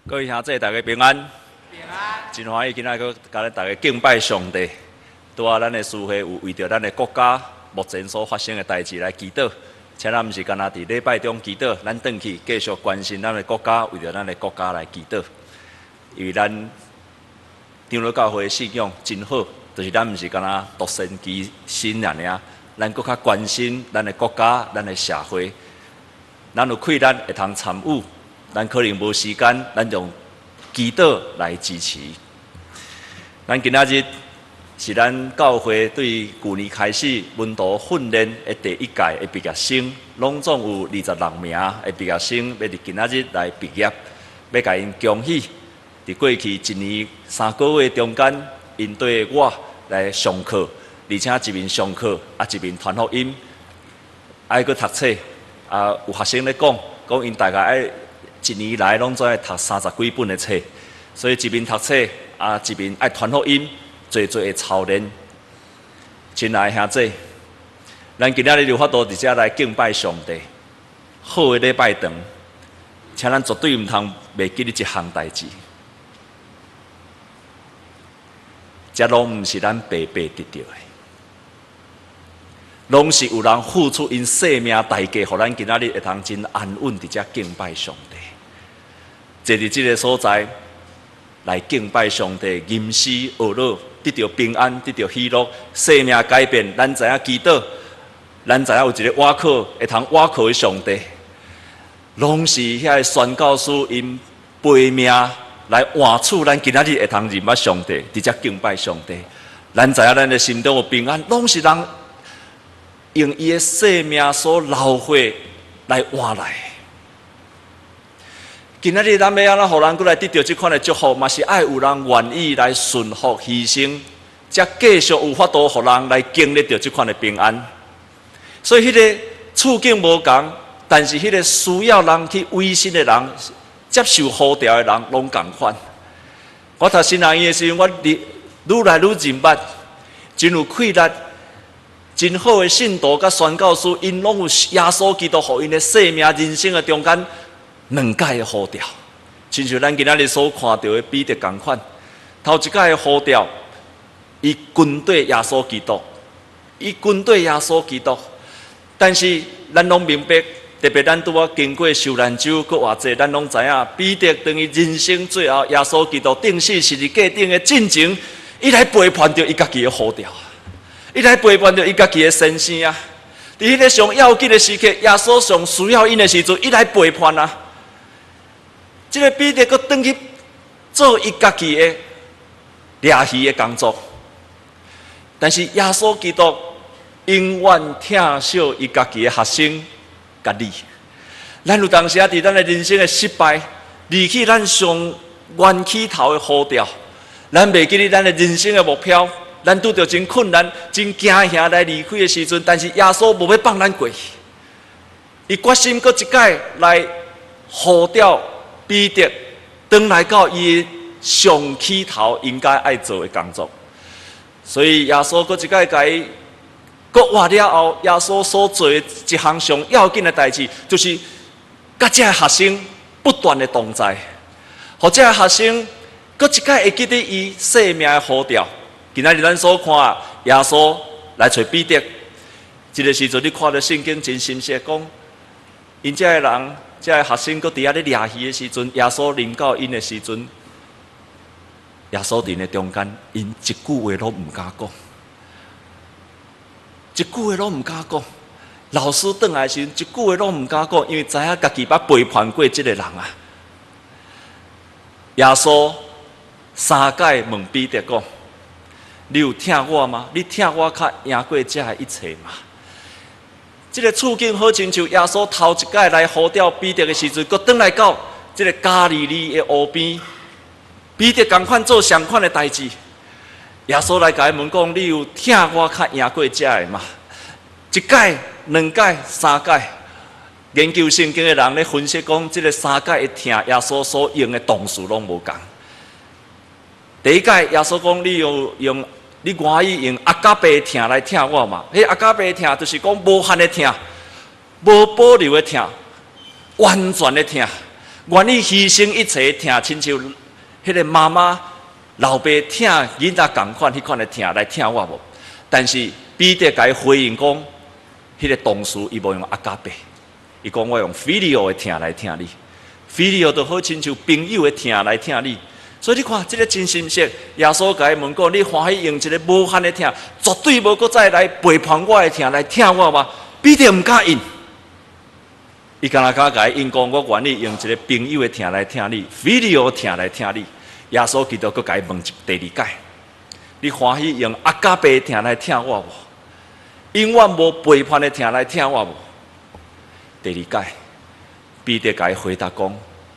各位兄弟，大家平安。 平安。 真欢喜今仔个甲咱大家敬拜上帝。拄啊，咱的师会有为着咱的国家目前所发生的代志来祈祷，且咱毋是干那伫礼拜中祈祷，咱转去继续关心咱的国家，为着咱的国家来祈祷。因为咱长老教会的信仰真好，就是咱毋是干那独善其身尔尔，咱搁较关心咱的国家、咱的社会。咱有困难会通参与。咱可能无时间，咱用祈祷来支持。咱今仔日是咱教会对去年开始文图训练的第一届的毕业生，拢总有26名的毕业生要伫今仔日来毕业，要甲因恭喜。伫过去1年3个月中间，因对我来上课，而且一面上课一面传福音，爱去读册。有学生咧讲因大概爱。1年来拢总爱读30几本的册，所以一面读册一面爱传福音，做的操练。亲爱的兄弟，咱今仔日有法度伫遮来敬拜上帝，好的礼拜堂，请咱绝对毋通袂记哩一项代志，这拢毋是咱白白得到的，拢是有人付出因生命代价，互咱今仔日会通真安稳伫遮敬拜上帝。坐伫这个所在来敬拜上帝，吟诗学乐，得到平安，得到喜乐，生命改变。咱知影祈祷，咱知影有一个倚靠，会通倚靠的上帝，拢是遐宣教师因陪命来换取咱今仔日会通认捌上帝，伫遮敬拜上帝。咱知影咱的心中有平安，拢是人用伊的生命所流血来换来。今仔日咱要安怎，互人过来得到这款的祝福，嘛是爱有人愿意来顺服牺牲，才继续有法度，互人来经历到这款的平安。所以，迄个处境无同，但是迄个需要人去委身的人，接受呼召的人，拢同款。我读新学院的时阵，我愈来愈认捌，真有气力、真好的信徒甲宣教师，因拢有耶稣基督互因的生命、人生的中间。2届的呼召，亲像咱今仔日所看到的彼得同款。头一届的呼召，伊军队耶稣基督，但是咱拢明白，特别咱拄啊经过受难周，搁偌济，咱拢知影，彼得等于人生最后耶稣基督定死十字架顶的进程，伊来背叛着伊家己的呼召，伊来背叛着伊家己的先生啊！伫迄个上要紧的时刻，耶稣上需要因的时阵，伊来背叛啊！这个彼得佫转去做伊家己的掠鱼的工作，但是耶稣基督永远疼惜伊家己的学生家己。咱有当时伫咱的人生的失败，离去咱上原起头的呼召，咱袂记哩咱的人生的目标，咱拄着真困难、真惊吓来离开的时阵，但是耶稣无要放咱过去，伊决心佫一届来呼召。彼得转来到伊上起头应该爱做的工作，所以耶稣搁一届甲伊搁活了后，耶稣所做的一项上要紧的代志，就是甲这学生不断的同在，或者学生搁一届会记得伊生命的呼召。今仔日咱所看耶稣来找彼得，这个时阵你看到圣经真深刻讲，因这个人。这个学生搁伫遐咧掠鱼的时阵，耶稣临到因的时阵，耶稣伫咧中间，因一句话都唔敢讲，一句话都唔敢讲。老师转来时，一句话都唔敢讲，因为知影家己捌背叛过这个人啊。耶稣3届问彼得讲：“你有疼我吗？你疼我较赢过这一切吗？”这个处境好亲像耶稣头一届来呼召彼得的时阵，佫转来到这个加利利的湖边，彼得同款做相款的代志。耶稣来甲伊问讲：“你有疼我较赢过这个吗？”1届、2届、3届，研究圣经的人咧分析讲，这个3届的疼，耶稣所用的动词拢无共。第一届耶稣讲：“你用。”你愿意用阿加贝疼来疼我嘛？迄阿加贝疼就是讲无限的疼，无保留的疼，完全的疼。 愿意牺牲一切，疼亲像迄个妈妈、老爸疼囡仔共款，迄款的疼来疼我无？但是彼得甲伊回应讲，迄个动词伊无用阿加贝，伊讲我用 filial 的疼来疼你 ，filial 就好亲像朋友的疼来疼你。所以你看，这个真心实，耶稣甲伊问讲：你欢喜用一个无限的疼，绝对无搁再来背叛我的疼来疼我吗？彼得唔敢应，伊敢若甲伊应讲：我愿意用一个朋友的疼来疼你 ，filial 的疼来疼你。耶稣基督搁甲伊问第二解：你欢喜用阿加贝的疼来疼我无？永远无背叛的疼来疼我无？第二解，彼得甲伊回答讲。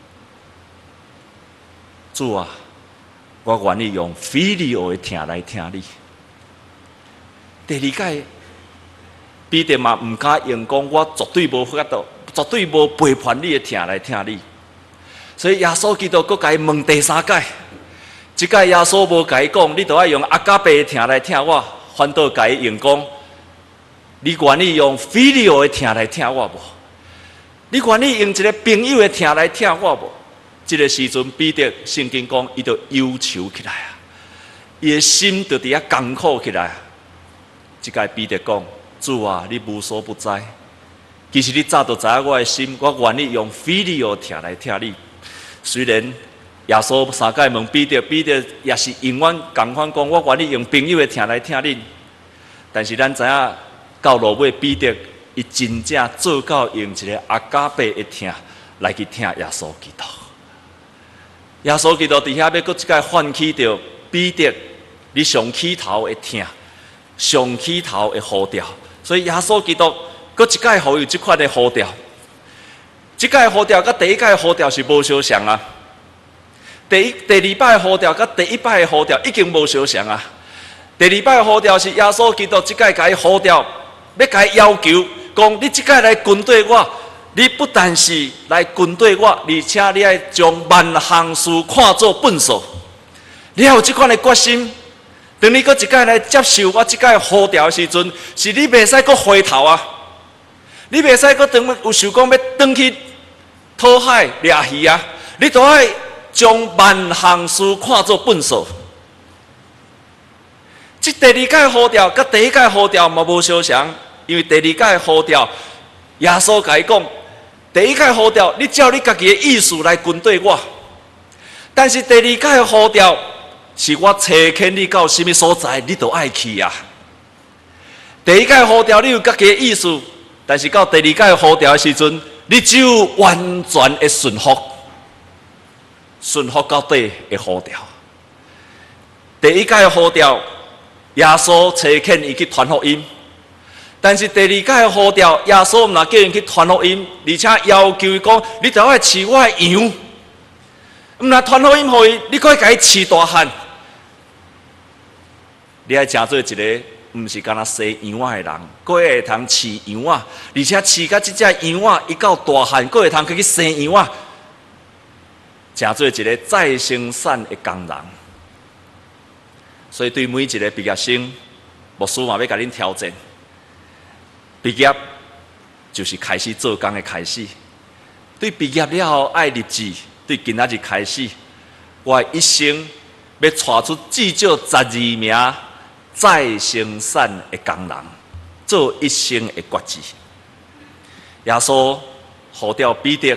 主啊，我愿意用 filial 的疼来疼你。第二解，彼得嘛唔敢用讲，我绝对无法度，绝对无背叛你的疼来疼你。所以耶稣基督搁甲伊问第三解，即解耶稣无甲伊讲，你著爱用阿加贝的疼来疼我，反倒甲伊用讲，你愿意用 filial 的疼来疼我无？你愿意用一个朋友的疼来疼我无？这个时阵，彼得圣经讲，伊就忧愁起来啊，伊的心就伫遐艰苦起来啊。即个彼得讲：主啊，你无所不知，其实你早就知影我的心，我愿意用 filial 疼来疼你。虽然耶稣三解问彼得，彼得也是永远共款讲，我愿意用朋友的疼来疼你。但是咱知影到落尾，彼得伊真正做到用一个阿加贝的疼来去疼耶稣基督。耶稣基督伫遐要搁一摆唤起着彼得，你上起头的疼，上起头的呼召。所以耶稣基督搁一摆互伊即款的呼召。即摆呼召甲第一摆呼召是无相像啊。第二摆呼召甲第一摆的呼召已经无相像啊。第二摆呼召是耶稣基督即摆甲伊呼召，要甲伊要求讲：你即摆来跟对我。你不但是来跟对我，而且你要将万项事看作本数。你要有这款的决心，当你搁一摆来接受我这摆呼召的时阵，是你袂使搁回头啊！你袂使搁有想讲要转去讨海掠鱼啊！你都要将万项事看作本数。这第二届呼召甲第一届呼召嘛无相像，因为第二届呼召，耶稣甲伊讲。第一届呼召，你照你家己的意思来跟对我；但是第二届呼召，是我差遣你到什么所在，你都爱去啊。第一届呼召，你有家己的意思，但是到第二届呼召的时阵，你只有完全的顺服，顺服到底的呼召。第一届呼召，耶稣差遣伊去传福音。但是第二届呼召，耶稣唔若叫人去传福音，而且要求伊讲，你著爱饲我的羊。唔若传福音互伊，你可以甲伊饲大汉。你爱诚做一个，唔是干那生羊仔的人，佫会通饲羊仔，而且饲甲即只羊仔伊到大汉，佫会通去生羊仔，诚做一个再生产的工人。所以对每一个毕业生，牧师嘛要甲恁挑战。毕业就是开始做工的开始。对毕业了后爱立志，对今仔日开始，我一生要带出至少12名再生产的工人，做一生的决志。耶稣呼召彼得，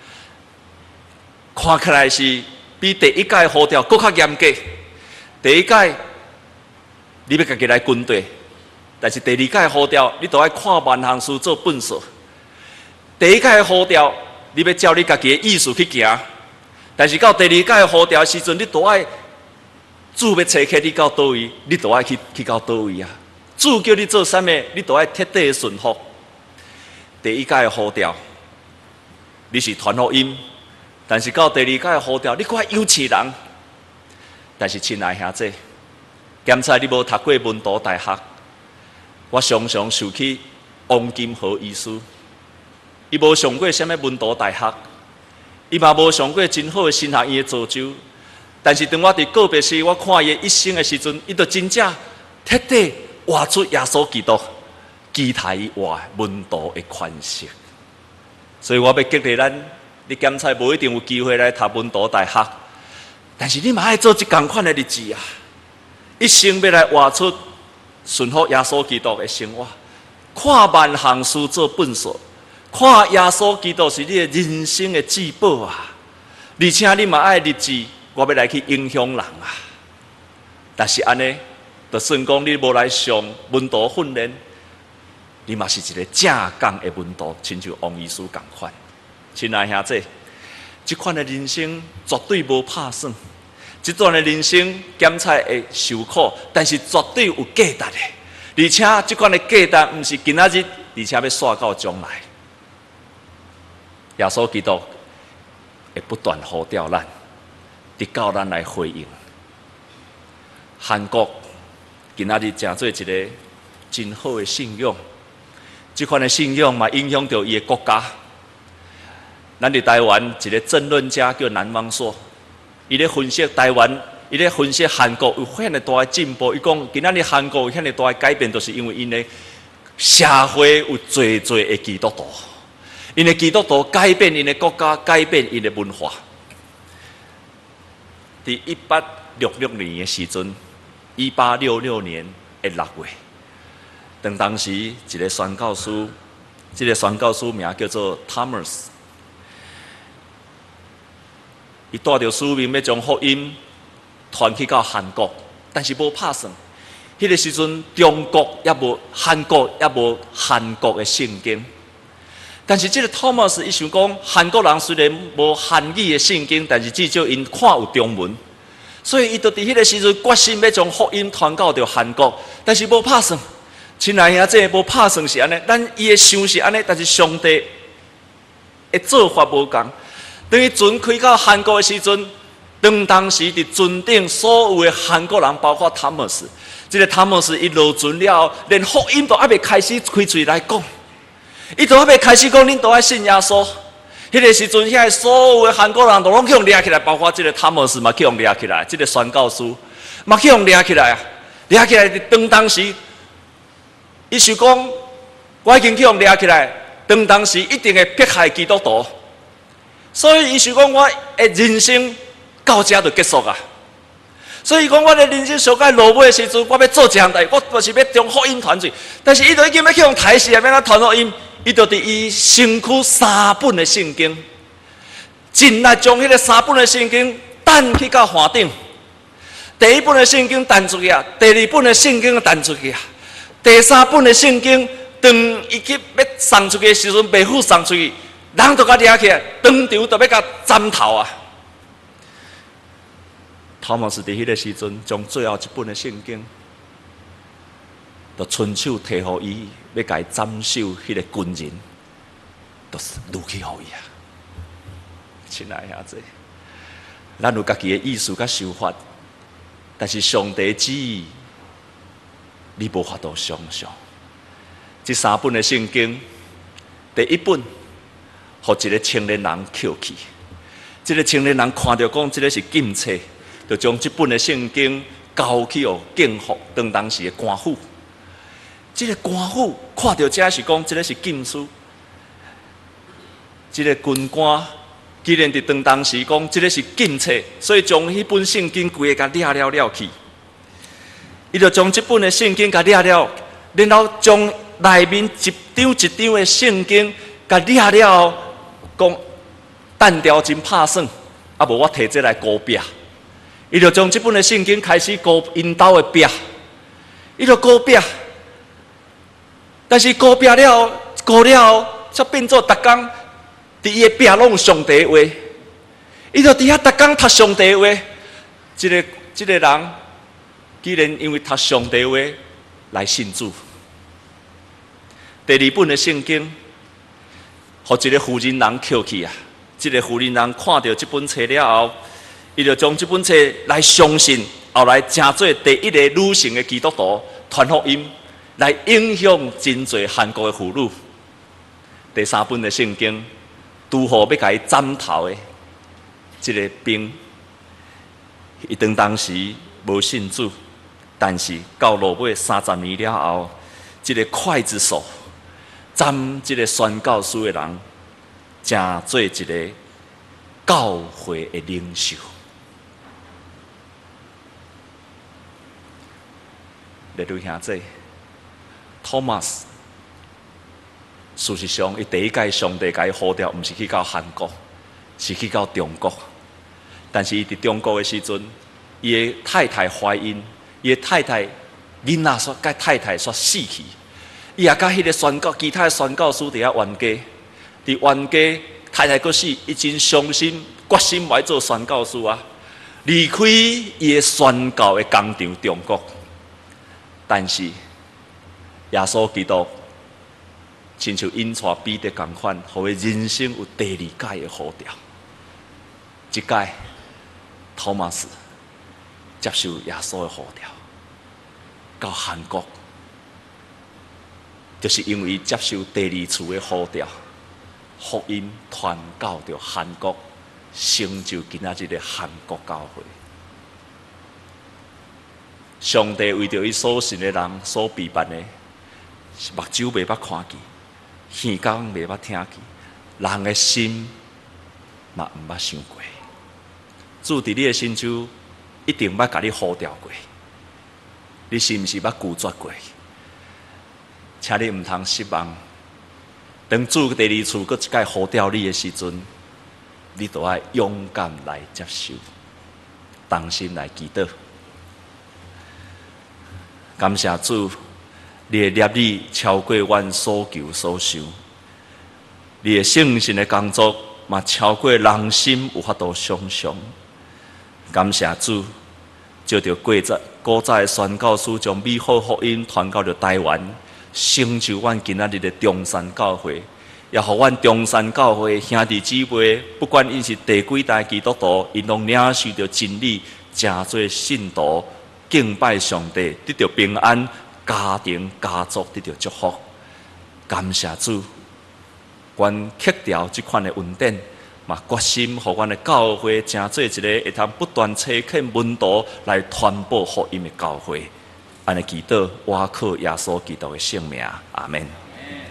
看起来是比第一届呼召更较严格。第一届你要家己来军队。但是第二届呼召，你都要看万项事做本数。第一届呼召，你要照你家己的意思去行。但是到第二届呼召的时阵，你都要主要找起你到倒位，你都要去到倒位啊。主叫你做啥物，你都要彻底的顺服。第一届呼召，你是传福音，但是到第二届呼召，你搁要养饲人。但是亲爱兄弟，检查你无读过文都大学。我常常受起王金河医师，伊无上过什么文都大学，伊嘛无上过真好的神学院的造就。但是当我伫告别时，我看伊一生的时阵，伊就真正彻底活出耶稣基督期待伊活文都的款式。所以我要激励咱你检测无一定有机会来读文图大学，但是你嘛爱做一同款的日子啊！一生要来活出顺服耶稣基督的生活，看万行事做本所，看耶稣基督是你的人生的至宝啊！而且你嘛爱日子，我要来去影响人啊！但是安尼，就算讲你无来上文图训练，你嘛是一个正港的文图，亲像王医师同款。亲爱兄弟，这款的人生绝对无拍算。这段的人生检测会受苦，但是绝对有价值的。而且这款的价值，不是今仔日，而且要刷到将来。耶稣基督会不断呼召咱，直到咱来回应。韩国今仔日成做一个真好的信仰，这款的信仰嘛影响到伊的国家。咱伫台湾一个政论家叫南方硕，伊咧分析台湾，伊咧分析韩国有遐尼大的进步。伊讲今仔日韩国有遐尼大的改变，就是因为因的社会有侪的基督徒，因的基督徒改变因的国家，改变因的文化。伫1866年的时阵，1866年的6月，当时一个宣教师，这个宣教师名叫做 Thomas。伊带着使命要将福音传去到韩国，但是无拍算。迄个时阵，中国也无，韩国也无韩国的圣经。但是这个 Thomas 伊想讲，韩国人虽然无韩语的圣经，但是至少因看有中文，所以伊就伫迄个时阵决心要将福音传到着韩国，但是无拍算。亲爱兄弟，无拍算是安尼，咱伊的想是安尼，但是上帝的做法无共。等于船开到韩国的时阵，当时伫船顶所有的韩国人，包括汤姆斯，这个汤姆斯一落船了后，连福音都还未开始开嘴来讲，伊都还未开始讲，恁都爱信耶稣。迄个时阵，遐所有的韩国人都拢去用抓起来，包括这个汤姆斯嘛去用抓起来，这个宣教师嘛去用抓起来啊，抓起来当时，伊想讲，我已经去用抓起来，当时一定会迫害基督徒。所以，伊想讲，我的人生到这就结束啊。所以讲，我的人生上到落尾的时阵，我要做一项代志，我就是要将福音传出去。但是，伊就已经要去用台视，要怎传福音？伊就伫伊身躯3本的圣经，尽力将迄个3本的圣经弹去到岸顶。第1本的圣经弹出去啊，第2本的圣经弹出去啊，第3本的圣经当伊去要送出去的时阵，袂赴送出去。人都甲抓起来，当场就要甲斩头啊！汤姆斯伫迄个时阵，将最后一本的圣经，就亲手摕互伊，要甲伊斩首迄个军人，就是留去互伊啊！亲爱兄弟，咱有家己的意思甲想法，但是上帝旨意，你无法度想象。这3本的圣经，第1本。互一个青年人捡去，这个青年人看到讲，这个是禁册，就将这本的圣经交去予敬服当时的官府。这个官府看到这是讲，这个是禁书。这个军官既然伫当时讲，这个是禁册，所以将迄本圣经规个甲掠了去。伊就将这本的圣经甲掠了，然后将内面一张一张的圣经甲掠了。讲单调真拍算，啊无我摕这来高壁，伊就将这本的圣经开始高因兜的壁，伊就高壁，但是高壁了后，却变做逐工伫伊的壁拢有上帝的话，伊就伫遐逐工读上帝的话，这个人既然因为读上帝的话来信主，第2本的圣经。互一个妇人人捡去啊！这个妇人人看到这本册了后，伊就将这本册来相信，后来成做第1个女性的基督徒传福音，来影响真侪韩国的妇女。第3本的圣经，拄好要甲伊斩头的这个兵，伊当时无信主，但是到落尾30年了后，这个刽子手。斩这个宣教师的人，成做一个教会的领袖。列位兄弟，托马斯，事实上，伊第一届上帝甲伊呼召，毋是去到韩国，是去到中国。但是伊伫中国的时阵，伊的太太怀孕，伊的太太囡仔煞甲太太煞死去，伊也甲迄个宣教其他的宣教师伫遐冤家，伫冤家太太过死，伊真伤心，决心要做宣教师啊，离开伊的宣教的工场中国。但是耶稣基督亲像引带彼得同款，互伊人生有第二届的呼召。一届托马斯接受耶稣的呼召，到韩国，就是因为伊接受第二次的呼召，福音传到着韩国，成就今仔日的韩国教会。上帝为着伊所信的人所备办的，是目睭袂捌看见，耳孔袂捌听见，人的心嘛毋捌想过。主伫你的心中一定捌甲你呼召过，你是毋是捌拒绝过？请你毋通失望。当主第二次搁一届呼召你的时阵，你都要勇敢来接受，同心来祈祷。感谢主，你的业力超过阮所求所想，你的圣神的工作嘛超过人心有法度想象。感谢主，借着古早的宣教师将美好福音传到着台湾，成就阮今仔日的中山教会，也互阮中山教会兄弟姊妹，不管因是第几代基督徒，因拢领受着真理，真做信徒。敬拜上帝，得到平安，家庭家族得到祝福。感谢主，阮克调这款的恩典，嘛决心，互阮的教会成做一个会通不断切恳门徒来传播福音的教会。安尼祈祷，我靠耶稣基督的圣名，阿门。